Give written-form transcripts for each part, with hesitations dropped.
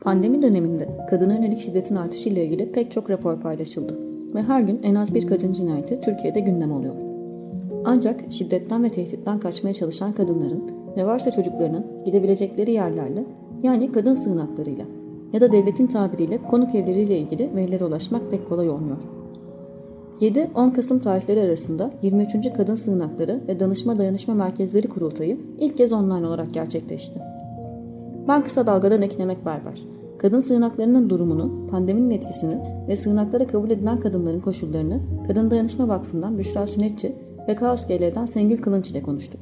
Pandemi döneminde kadına yönelik şiddetin artışıyla ilgili pek çok rapor paylaşıldı ve her gün en az bir kadın cinayeti Türkiye'de gündem oluyor. Ancak şiddetten ve tehditten kaçmaya çalışan kadınların ve varsa çocuklarının gidebilecekleri yerlerle, yani kadın sığınaklarıyla ya da devletin tabiriyle konuk evleriyle ilgili verilere ulaşmak pek kolay olmuyor. 7-10 Kasım tarihleri arasında 23. Kadın Sığınakları ve Danışma Dayanışma Merkezleri Kurultayı ilk kez online olarak gerçekleşti. Ben Kısa Dalga'dan Ekin Emek Berber. Kadın sığınaklarının durumunu, pandeminin etkisini ve sığınaklara kabul edilen kadınların koşullarını Kadın Dayanışma Vakfı'ndan Büşra Sünnetçi ve Kaos GL'den Sengül Kılınç ile konuştuk.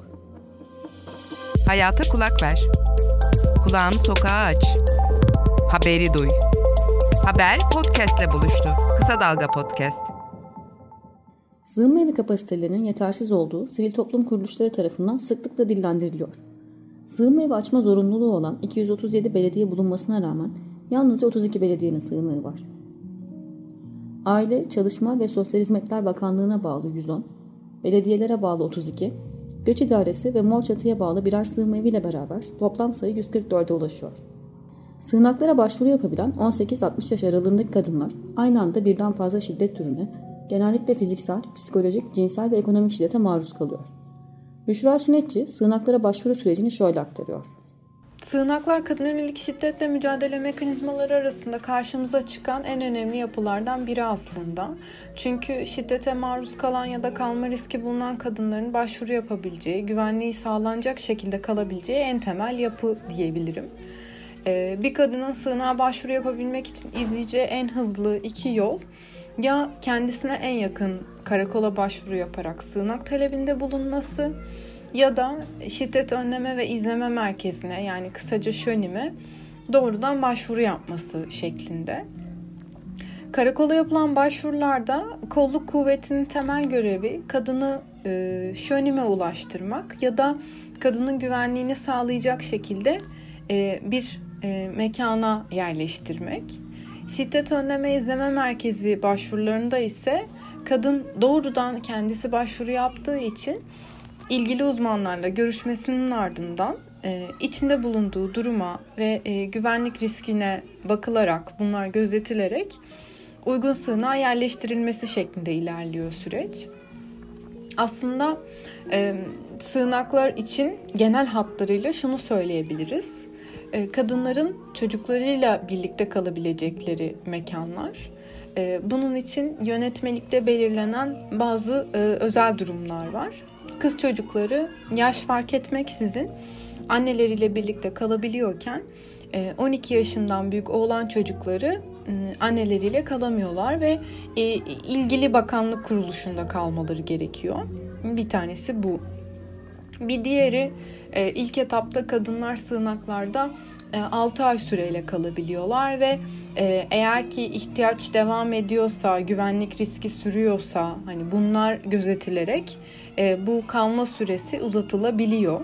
Hayata kulak ver. Kulağını sokağa aç. Haberi duy. Haber podcast'le buluştu. Kısa Dalga Podcast. Sığınma evi kapasitelerinin yetersiz olduğu sivil toplum kuruluşları tarafından sıklıkla dillendiriliyor. Sığınma evi açma zorunluluğu olan 237 belediye bulunmasına rağmen yalnızca 32 belediyenin sığınağı var. Aile, Çalışma ve Sosyal Hizmetler Bakanlığı'na bağlı 110, belediyelere bağlı 32, Göç İdaresi ve Mor Çatı'ya bağlı birer sığınma eviyle beraber toplam sayı 144'e ulaşıyor. Sığınaklara başvuru yapabilen 18-60 yaş aralığındaki kadınlar aynı anda birden fazla şiddet türüne, genellikle fiziksel, psikolojik, cinsel ve ekonomik şiddete maruz kalıyor. Büşra Sünnetçi, sığınaklara başvuru sürecini şöyle aktarıyor. Sığınaklar kadına yönelik şiddetle mücadele mekanizmaları arasında karşımıza çıkan en önemli yapılardan biri aslında. Çünkü şiddete maruz kalan ya da kalma riski bulunan kadınların başvuru yapabileceği, güvenliği sağlanacak şekilde kalabileceği en temel yapı diyebilirim. Bir kadının sığınağa başvuru yapabilmek için izleyeceği en hızlı iki yol, ya kendisine en yakın karakola başvuru yaparak sığınak talebinde bulunması ya da şiddet önleme ve izleme merkezine, yani kısaca ŞÖNİM'e doğrudan başvuru yapması şeklinde. Karakola yapılan başvurularda kolluk kuvvetinin temel görevi kadını ŞÖNİM'e ulaştırmak ya da kadının güvenliğini sağlayacak şekilde bir mekana yerleştirmek. Şiddet önleme izleme merkezi başvurularında ise kadın doğrudan kendisi başvuru yaptığı için ilgili uzmanlarla görüşmesinin ardından içinde bulunduğu duruma ve güvenlik riskine bakılarak, bunlar gözetilerek uygun sığınağa yerleştirilmesi şeklinde ilerliyor süreç. Aslında sığınaklar için genel hatlarıyla şunu söyleyebiliriz. Kadınların çocuklarıyla birlikte kalabilecekleri mekanlar. Bunun için yönetmelikte belirlenen bazı özel durumlar var. Kız çocukları yaş fark etmeksizin anneleriyle birlikte kalabiliyorken 12 yaşından büyük oğlan çocukları anneleriyle kalamıyorlar ve ilgili bakanlık kuruluşunda kalmaları gerekiyor. Bir tanesi bu. Bir diğeri, ilk etapta kadınlar sığınaklarda 6 ay süreyle kalabiliyorlar ve eğer ki ihtiyaç devam ediyorsa, güvenlik riski sürüyorsa, hani bunlar gözetilerek bu kalma süresi uzatılabiliyor.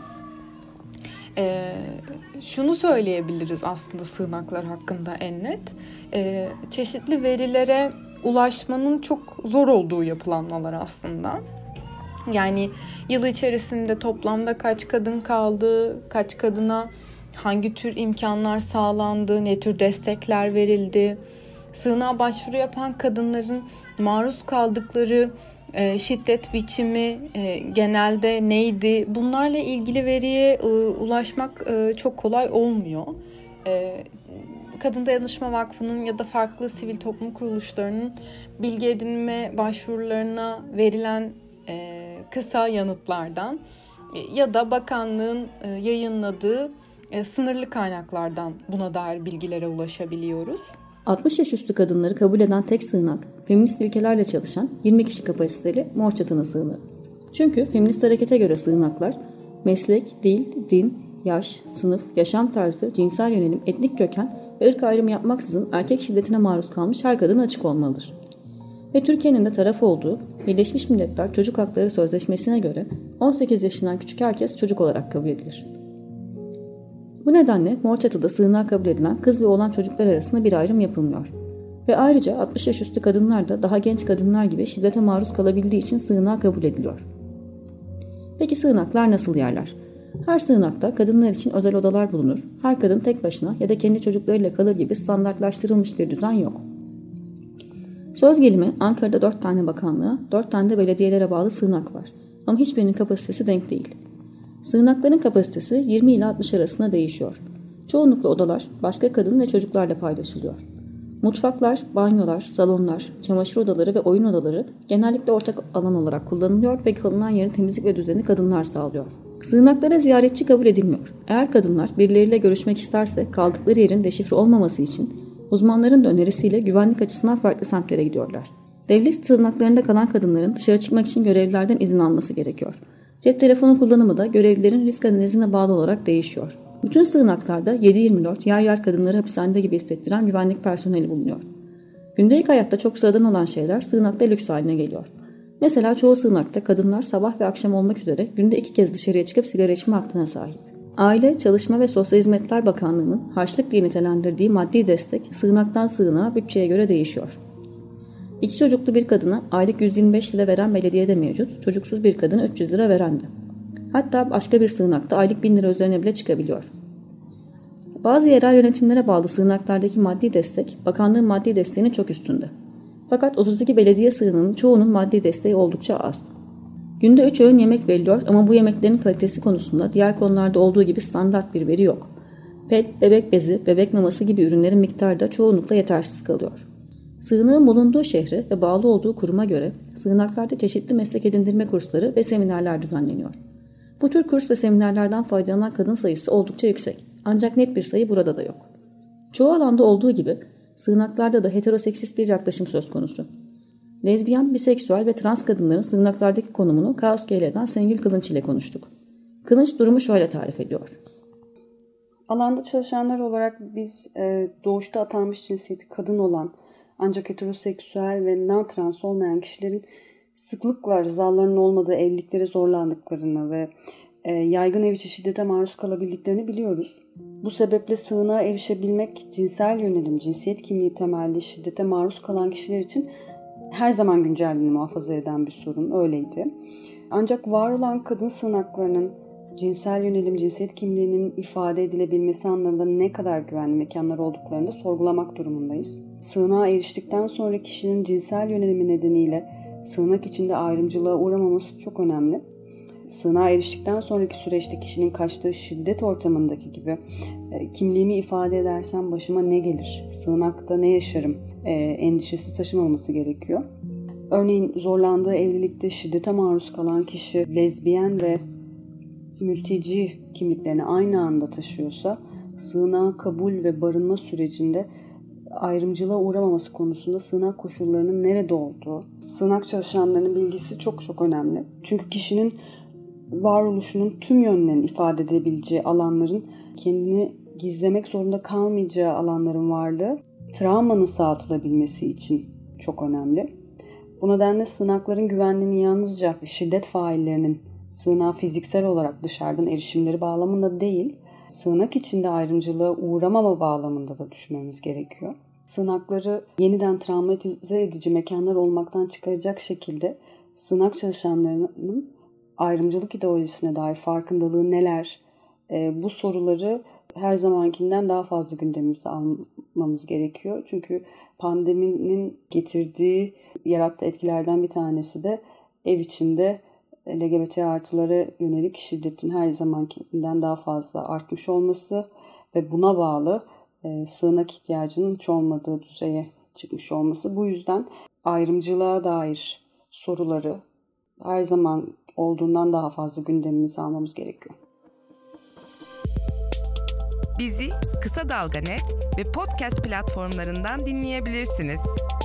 Şunu söyleyebiliriz aslında sığınaklar hakkında en net. Çeşitli verilere ulaşmanın çok zor olduğu yapılanmalar aslında. Yani yıl içerisinde toplamda kaç kadın kaldı, kaç kadına hangi tür imkanlar sağlandı, ne tür destekler verildi, sığınağa başvuru yapan kadınların maruz kaldıkları şiddet biçimi genelde neydi? Bunlarla ilgili veriye ulaşmak çok kolay olmuyor. Kadın Dayanışma Vakfı'nın ya da farklı sivil toplum kuruluşlarının bilgi edinme başvurularına verilen kısa yanıtlardan ya da bakanlığın yayınladığı sınırlı kaynaklardan buna dair bilgilere ulaşabiliyoruz. 60 yaş üstü kadınları kabul eden tek sığınak, feminist ilkelerle çalışan 20 kişi kapasiteli Mor Çatı'nın sığınağı. Çünkü feminist harekete göre sığınaklar, meslek, dil, din, yaş, sınıf, yaşam tarzı, cinsel yönelim, etnik köken ve ırk ayrımı yapmaksızın erkek şiddetine maruz kalmış her kadına açık olmalıdır. Ve Türkiye'nin de taraf olduğu Birleşmiş Milletler Çocuk Hakları Sözleşmesi'ne göre 18 yaşından küçük herkes çocuk olarak kabul edilir. Bu nedenle Mor Çatı'da sığınağa kabul edilen kız ve oğlan çocuklar arasında bir ayrım yapılmıyor. Ve ayrıca 60 yaş üstü kadınlar da daha genç kadınlar gibi şiddete maruz kalabildiği için sığınağa kabul ediliyor. Peki sığınaklar nasıl yerler? Her sığınakta kadınlar için özel odalar bulunur. Her kadın tek başına ya da kendi çocuklarıyla kalır gibi standartlaştırılmış bir düzen yok. Söz gelimi Ankara'da 4 tane bakanlığa, 4 tane de belediyelere bağlı sığınak var. Ama hiçbirinin kapasitesi denk değil. Sığınakların kapasitesi 20 ile 60 arasında değişiyor. Çoğunlukla odalar başka kadın ve çocuklarla paylaşılıyor. Mutfaklar, banyolar, salonlar, çamaşır odaları ve oyun odaları genellikle ortak alan olarak kullanılıyor ve kalınan yerin temizlik ve düzeni kadınlar sağlıyor. Sığınaklara ziyaretçi kabul edilmiyor. Eğer kadınlar birileriyle görüşmek isterse kaldıkları yerin deşifre olmaması için uzmanların da önerisiyle güvenlik açısından farklı semtlere gidiyorlar. Devlet sığınaklarında kalan kadınların dışarı çıkmak için görevlilerden izin alması gerekiyor. Cep telefonu kullanımı da görevlilerin risk analizine bağlı olarak değişiyor. Bütün sığınaklarda 7/24 yer yer kadınları hapishanede gibi hissettiren güvenlik personeli bulunuyor. Gündelik hayatta çok sıradan olan şeyler sığınakta lüks haline geliyor. Mesela çoğu sığınakta kadınlar sabah ve akşam olmak üzere günde 2 kez dışarıya çıkıp sigara içme hakkına sahip. Aile, Çalışma ve Sosyal Hizmetler Bakanlığı'nın harçlık diye nitelendirdiği maddi destek sığınaktan sığınağa bütçeye göre değişiyor. 2 çocuklu bir kadına aylık 125 lira veren belediyede mevcut, çocuksuz bir kadına 300 lira verendi. Hatta başka bir sığınakta aylık 1000 lira üzerine bile çıkabiliyor. Bazı yerel yönetimlere bağlı sığınaklardaki maddi destek, bakanlığın maddi desteğinin çok üstünde. Fakat 32 belediye sığınağının çoğunun maddi desteği oldukça az. Günde 3 öğün yemek veriliyor ama bu yemeklerin kalitesi konusunda diğer konularda olduğu gibi standart bir veri yok. Pet, bebek bezi, bebek maması gibi ürünlerin miktarı da çoğunlukla yetersiz kalıyor. Sığınağın bulunduğu şehre ve bağlı olduğu kuruma göre sığınaklarda çeşitli meslek edindirme kursları ve seminerler düzenleniyor. Bu tür kurs ve seminerlerden faydalanan kadın sayısı oldukça yüksek. Ancak net bir sayı burada da yok. Çoğu alanda olduğu gibi sığınaklarda da heteroseksist bir yaklaşım söz konusu. Lezbiyen, biseksüel ve trans kadınların sığınaklardaki konumunu Kaos GL'den Sengül Kılınç ile konuştuk. Kılınç durumu şöyle tarif ediyor. Alanda çalışanlar olarak biz doğuşta atanmış cinsiyeti kadın olan ancak heteroseksüel ve non-trans olmayan kişilerin sıklıkla rızalarının olmadığı evliliklere zorlandıklarını ve yaygın ev içi şiddete maruz kalabildiklerini biliyoruz. Bu sebeple sığınağa erişebilmek cinsel yönelim, cinsiyet kimliği temelli şiddete maruz kalan kişiler için her zaman güncelliğini muhafaza eden bir sorun, öyleydi. Ancak var olan kadın sığınaklarının cinsel yönelim, cinsiyet kimliğinin ifade edilebilmesi anlamında ne kadar güvenli mekanlar olduklarını da sorgulamak durumundayız. Sığınağa eriştikten sonra kişinin cinsel yönelimi nedeniyle sığınak içinde ayrımcılığa uğramaması çok önemli. Sığınağa eriştikten sonraki süreçte kişinin kaçtığı şiddet ortamındaki gibi kimliğimi ifade edersem başıma ne gelir, sığınakta ne yaşarım endişesi taşımaması gerekiyor. Örneğin zorlandığı evlilikte şiddete maruz kalan kişi lezbiyen ve mülteci kimliklerini aynı anda taşıyorsa sığınağa kabul ve barınma sürecinde ayrımcılığa uğramaması konusunda sığınak koşullarının nerede olduğu, sığınak çalışanlarının bilgisi çok çok önemli. Çünkü kişinin varoluşunun tüm yönlerini ifade edebileceği alanların kendini gizlemek zorunda kalmayacağı alanların varlığı travmanın sağlatılabilmesi için çok önemli. Bu nedenle sığınakların güvenliğini yalnızca şiddet faillerinin sığınağa fiziksel olarak dışarıdan erişimleri bağlamında değil, sığınak içinde ayrımcılığa uğramama bağlamında da düşünmemiz gerekiyor. Sığınakları yeniden travmatize edici mekanlar olmaktan çıkaracak şekilde sığınak çalışanlarının ayrımcılık ideolojisine dair farkındalığı neler? Bu soruları her zamankinden daha fazla gündemimize almamız gerekiyor. Çünkü pandeminin yarattığı etkilerden bir tanesi de ev içinde LGBT artılara yönelik şiddetin her zamankinden daha fazla artmış olması ve buna bağlı sığınak ihtiyacının hiç olmadığı düzeye çıkmış olması. Bu yüzden ayrımcılığa dair soruları her zaman olduğundan daha fazla gündemimize almamız gerekiyor. Bizi Kısa Dalga Net ve podcast platformlarından dinleyebilirsiniz.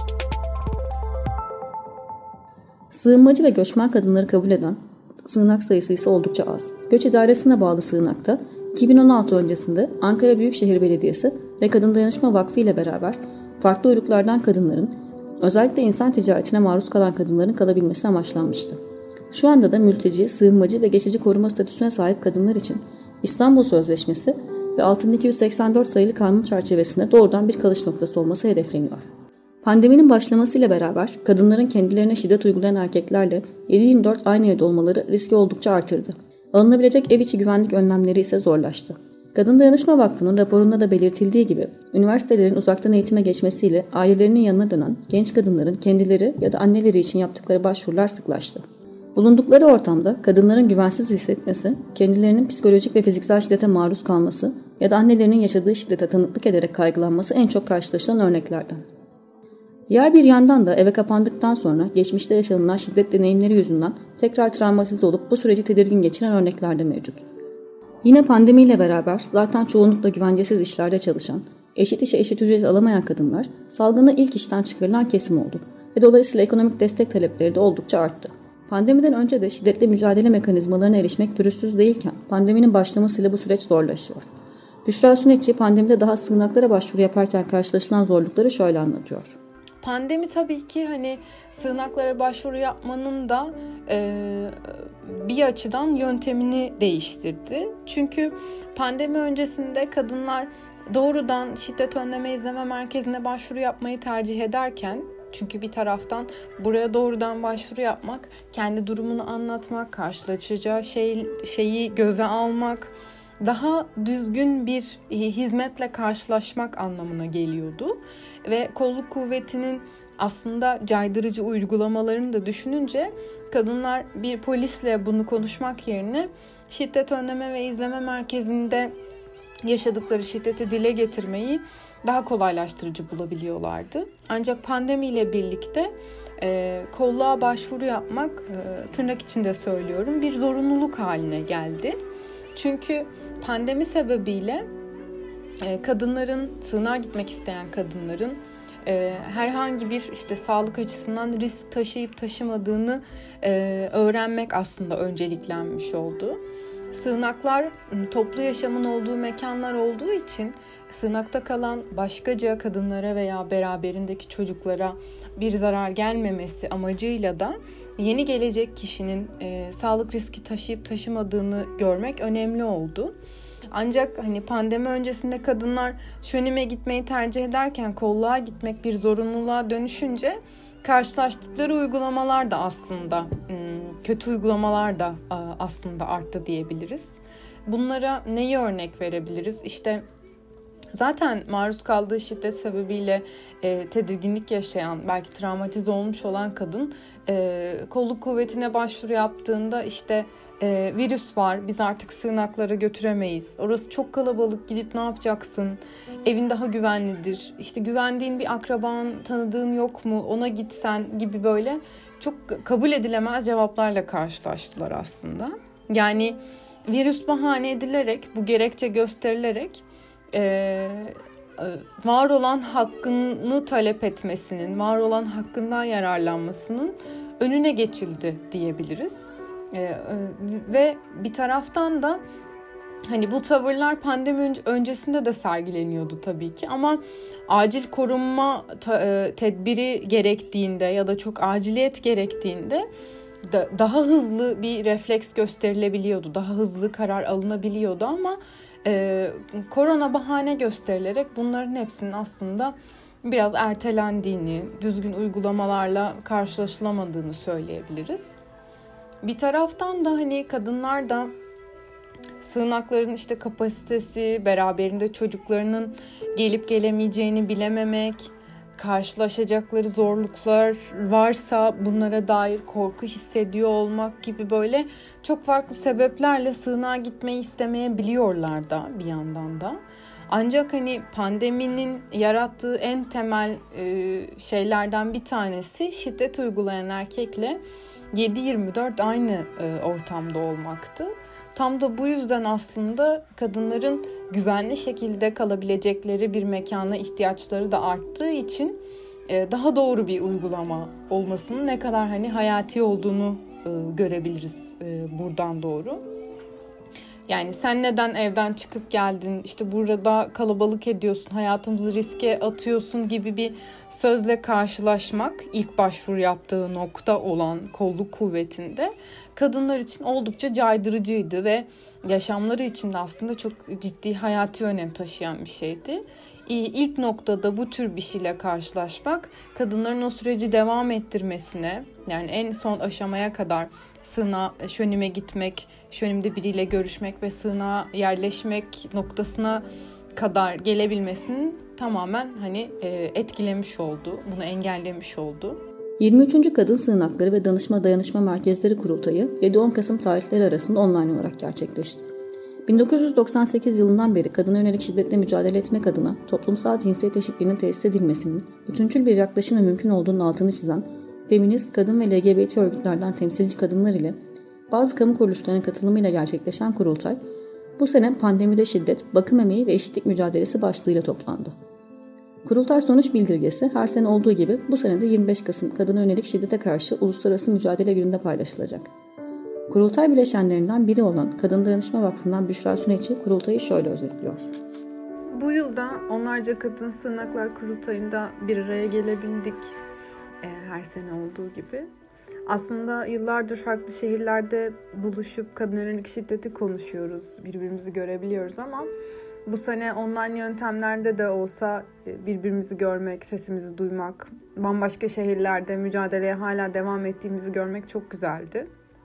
Sığınmacı ve göçmen kadınları kabul eden sığınak sayısı ise oldukça az. Göç İdaresi'ne bağlı sığınakta 2016 öncesinde Ankara Büyükşehir Belediyesi ve Kadın Dayanışma Vakfı ile beraber farklı uyruklardan kadınların, özellikle insan ticaretine maruz kalan kadınların kalabilmesi amaçlanmıştı. Şu anda da mülteci, sığınmacı ve geçici koruma statüsüne sahip kadınlar için İstanbul Sözleşmesi ve 6284 sayılı kanun çerçevesinde doğrudan bir kalış noktası olması hedefleniyor. Pandeminin başlamasıyla beraber kadınların kendilerine şiddet uygulayan erkeklerle 7/24 aynı evde olmaları riski oldukça artırdı. Alınabilecek ev içi güvenlik önlemleri ise zorlaştı. Kadın Dayanışma Vakfı'nın raporunda da belirtildiği gibi üniversitelerin uzaktan eğitime geçmesiyle ailelerinin yanına dönen genç kadınların kendileri ya da anneleri için yaptıkları başvurular sıklaştı. Bulundukları ortamda kadınların güvensiz hissetmesi, kendilerinin psikolojik ve fiziksel şiddete maruz kalması ya da annelerinin yaşadığı şiddete tanıklık ederek kaygılanması en çok karşılaşılan örneklerden. Diğer bir yandan da eve kapandıktan sonra geçmişte yaşanılan şiddet deneyimleri yüzünden tekrar travmatize olup bu süreci tedirgin geçiren örnekler de mevcut. Yine pandemiyle beraber zaten çoğunlukla güvencesiz işlerde çalışan, eşit işe eşit ücret alamayan kadınlar salgında ilk işten çıkarılan kesim oldu ve dolayısıyla ekonomik destek talepleri de oldukça arttı. Pandemiden önce de şiddetle mücadele mekanizmalarına erişmek pürüzsüz değilken pandeminin başlamasıyla bu süreç zorlaşıyor. Büşra Sünnetçi pandemide daha sığınaklara başvuru yaparken karşılaşılan zorlukları şöyle anlatıyor. Pandemi tabii ki hani sığınaklara başvuru yapmanın da bir açıdan yöntemini değiştirdi. Çünkü pandemi öncesinde kadınlar doğrudan şiddet önleme izleme merkezine başvuru yapmayı tercih ederken, çünkü bir taraftan buraya doğrudan başvuru yapmak, kendi durumunu anlatmak, karşılaşacağı şeyi göze almak, daha düzgün bir hizmetle karşılaşmak anlamına geliyordu. Ve kolluk kuvvetinin aslında caydırıcı uygulamalarını da düşününce kadınlar bir polisle bunu konuşmak yerine şiddet önleme ve izleme merkezinde yaşadıkları şiddeti dile getirmeyi daha kolaylaştırıcı bulabiliyorlardı. Ancak pandemiyle birlikte kolluğa başvuru yapmak, tırnak içinde söylüyorum, bir zorunluluk haline geldi. Çünkü pandemi sebebiyle kadınların, sığınağa gitmek isteyen kadınların herhangi bir sağlık açısından risk taşıyıp taşımadığını öğrenmek aslında önceliklenmiş oldu. Sığınaklar toplu yaşamın olduğu mekanlar olduğu için sığınakta kalan başkaca kadınlara veya beraberindeki çocuklara bir zarar gelmemesi amacıyla da yeni gelecek kişinin sağlık riski taşıyıp taşımadığını görmek önemli oldu. Ancak pandemi öncesinde kadınlar şönime gitmeyi tercih ederken kolluğa gitmek bir zorunluluğa dönüşünce karşılaştıkları uygulamalar da aslında kötü uygulamalar da aslında arttı diyebiliriz. Bunlara neyi örnek verebiliriz? Zaten maruz kaldığı şiddet sebebiyle tedirginlik yaşayan, belki travmatize olmuş olan kadın kolluk kuvvetine başvuru yaptığında virüs var, biz artık sığınaklara götüremeyiz. Orası çok kalabalık, gidip ne yapacaksın? Evin daha güvenlidir. Güvendiğin bir akraban, tanıdığın yok mu? Ona gitsen gibi böyle çok kabul edilemez cevaplarla karşılaştılar aslında. Yani virüs bahane edilerek, bu gerekçe gösterilerek var olan hakkını talep etmesinin, var olan hakkından yararlanmasının önüne geçildi diyebiliriz. Ve bir taraftan da bu tavırlar pandemi öncesinde de sergileniyordu tabii ki, ama acil korunma tedbiri gerektiğinde ya da çok aciliyet gerektiğinde daha hızlı bir refleks gösterilebiliyordu, daha hızlı karar alınabiliyordu, ama korona bahane gösterilerek bunların hepsinin aslında biraz ertelendiğini, düzgün uygulamalarla karşılaşılamadığını söyleyebiliriz. Bir taraftan da kadınlar da sığınakların kapasitesi, beraberinde çocuklarının gelip gelemeyeceğini bilememek, karşılaşacakları zorluklar varsa bunlara dair korku hissediyor olmak gibi böyle çok farklı sebeplerle sığınağa gitmeyi istemeyebiliyorlar da bir yandan da. Ancak pandeminin yarattığı en temel şeylerden bir tanesi şiddet uygulayan erkekle 7/24 aynı ortamda olmaktı. Tam da bu yüzden aslında kadınların güvenli şekilde kalabilecekleri bir mekana ihtiyaçları da arttığı için daha doğru bir uygulama olmasının ne kadar hayati olduğunu görebiliriz buradan doğru. Yani sen neden evden çıkıp geldin, burada kalabalık ediyorsun, hayatımızı riske atıyorsun gibi bir sözle karşılaşmak, ilk başvuru yaptığı nokta olan kolluk kuvvetinde kadınlar için oldukça caydırıcıydı ve yaşamları için de aslında çok ciddi hayati önem taşıyan bir şeydi. İlk noktada bu tür bir şeyle karşılaşmak kadınların o süreci devam ettirmesine, yani en son aşamaya kadar sığınağa, şönime gitmek, şönimde biriyle görüşmek ve sığınağa yerleşmek noktasına kadar gelebilmesinin tamamen etkilemiş oldu. Bunu engellemiş oldu. 23. Kadın Sığınakları ve Danışma Dayanışma Merkezleri Kurultayı 7-10 Kasım tarihleri arasında online olarak gerçekleşti. 1998 yılından beri kadına yönelik şiddetle mücadele etmek adına toplumsal cinsiyet eşitliğinin tesis edilmesinin bütüncül bir yaklaşımla mümkün olduğunun altını çizen feminist, kadın ve LGBT örgütlerden temsilci kadınlar ile bazı kamu kuruluşlarının katılımıyla gerçekleşen kurultay, bu sene pandemide şiddet, bakım emeği ve eşitlik mücadelesi başlığıyla toplandı. Kurultay sonuç bildirgesi her sene olduğu gibi bu sene de 25 Kasım kadına yönelik şiddete karşı Uluslararası Mücadele Günü'nde paylaşılacak. Kurultay bileşenlerinden biri olan Kadın Dayanışma Vakfı'ndan Büşra Süneçi kurultayı şöyle özetliyor. Bu yılda onlarca kadın sığınaklar kurultayında bir araya gelebildik. Her sene olduğu gibi. Aslında yıllardır farklı şehirlerde buluşup kadın yönelik şiddeti konuşuyoruz, birbirimizi görebiliyoruz ama bu sene online yöntemlerde de olsa birbirimizi görmek, sesimizi duymak, bambaşka şehirlerde mücadeleye hala devam ettiğimizi görmek çok güzeldi.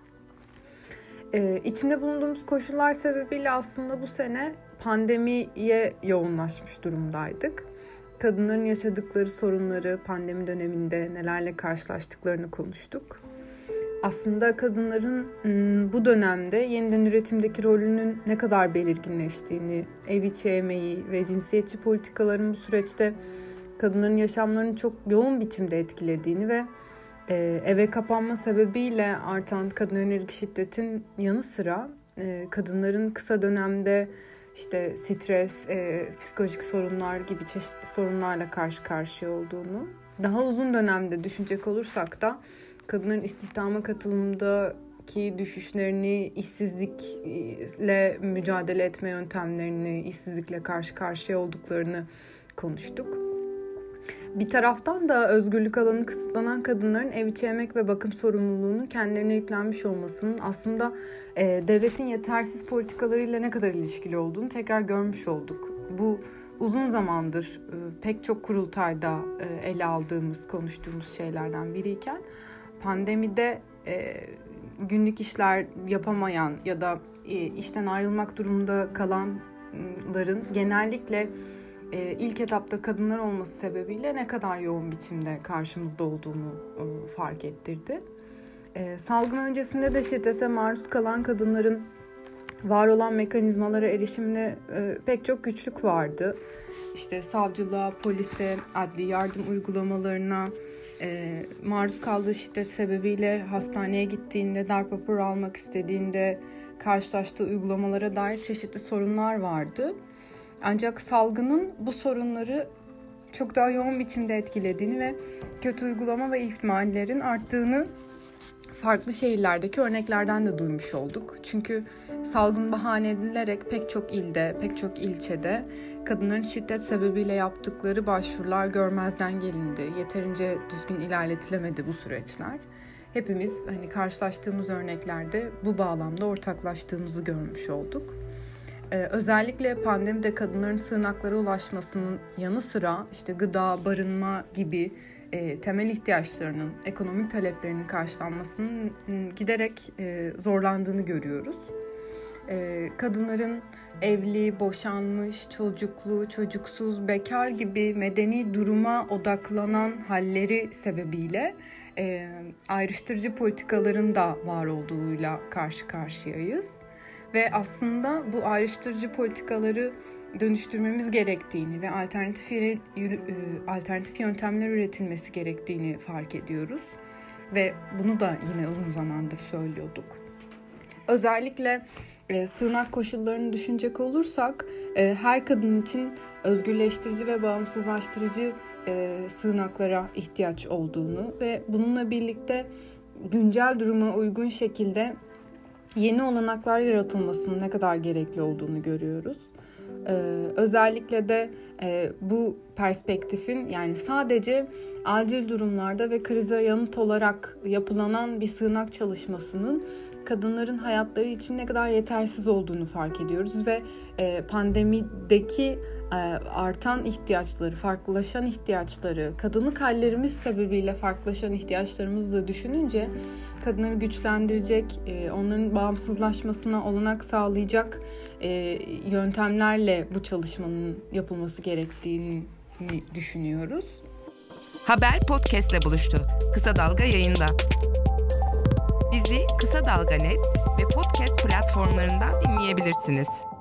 İçinde bulunduğumuz koşullar sebebiyle aslında bu sene pandemiye yoğunlaşmış durumdaydık. Kadınların yaşadıkları sorunları, pandemi döneminde nelerle karşılaştıklarını konuştuk. Aslında kadınların bu dönemde yeniden üretimdeki rolünün ne kadar belirginleştiğini, ev içi emeği ve cinsiyetçi politikaların bu süreçte kadınların yaşamlarını çok yoğun biçimde etkilediğini ve eve kapanma sebebiyle artan kadın yönelik şiddetin yanı sıra kadınların kısa dönemde stres, psikolojik sorunlar gibi çeşitli sorunlarla karşı karşıya olduğunu, daha uzun dönemde düşünecek olursak da kadınların istihdama katılımdaki düşüşlerini, işsizlikle mücadele etme yöntemlerini, işsizlikle karşı karşıya olduklarını konuştuk. Bir taraftan da özgürlük alanı kısıtlanan kadınların ev içi emek ve bakım sorumluluğunu kendilerine yüklenmiş olmasının aslında devletin yetersiz politikalarıyla ne kadar ilişkili olduğunu tekrar görmüş olduk. Bu uzun zamandır pek çok kurultayda ele aldığımız, konuştuğumuz şeylerden biriyken pandemide günlük işler yapamayan ya da işten ayrılmak durumunda kalanların genellikle ilk etapta kadınlar olması sebebiyle ne kadar yoğun biçimde karşımızda olduğunu fark ettirdi. Salgın öncesinde de şiddete maruz kalan kadınların var olan mekanizmalara erişimine pek çok güçlük vardı. Savcılığa, polise, adli yardım uygulamalarına, maruz kaldığı şiddet sebebiyle hastaneye gittiğinde, darp raporu almak istediğinde karşılaştığı uygulamalara dair çeşitli sorunlar vardı. Ancak salgının bu sorunları çok daha yoğun biçimde etkilediğini ve kötü uygulama ve ihmallerin arttığını farklı şehirlerdeki örneklerden de duymuş olduk. Çünkü salgın bahane edilerek pek çok ilde, pek çok ilçede kadınların şiddet sebebiyle yaptıkları başvurular görmezden gelindi. Yeterince düzgün ilerletilemedi bu süreçler. Hepimiz karşılaştığımız örneklerde bu bağlamda ortaklaştığımızı görmüş olduk. Özellikle pandemide kadınların sığınaklara ulaşmasının yanı sıra gıda, barınma gibi temel ihtiyaçlarının, ekonomik taleplerinin karşılanmasının giderek zorlandığını görüyoruz. Kadınların evli, boşanmış, çocuklu, çocuksuz, bekar gibi medeni duruma odaklanan halleri sebebiyle ayrıştırıcı politikaların da var olduğuyla karşı karşıyayız. Ve aslında bu ayrıştırıcı politikaları dönüştürmemiz gerektiğini ve alternatif yöntemler üretilmesi gerektiğini fark ediyoruz. Ve bunu da yine uzun zamandır söylüyorduk. Özellikle sığınak koşullarını düşünecek olursak her kadın için özgürleştirici ve bağımsızlaştırıcı sığınaklara ihtiyaç olduğunu ve bununla birlikte güncel duruma uygun şekilde yeni olanaklar yaratılmasının ne kadar gerekli olduğunu görüyoruz. Özellikle de bu perspektifin sadece acil durumlarda ve krize yanıt olarak yapılanan bir sığınak çalışmasının kadınların hayatları için ne kadar yetersiz olduğunu fark ediyoruz ve pandemideki artan ihtiyaçları, farklılaşan ihtiyaçları, kadınlık hallerimiz sebebiyle farklılaşan ihtiyaçlarımızı da düşününce kadınları güçlendirecek, onların bağımsızlaşmasına olanak sağlayacak yöntemlerle bu çalışmanın yapılması gerektiğini düşünüyoruz. Haber podcast'le buluştu. Kısa Dalga yayında. Bizi Kısa Dalga.net ve podcast platformlarından dinleyebilirsiniz.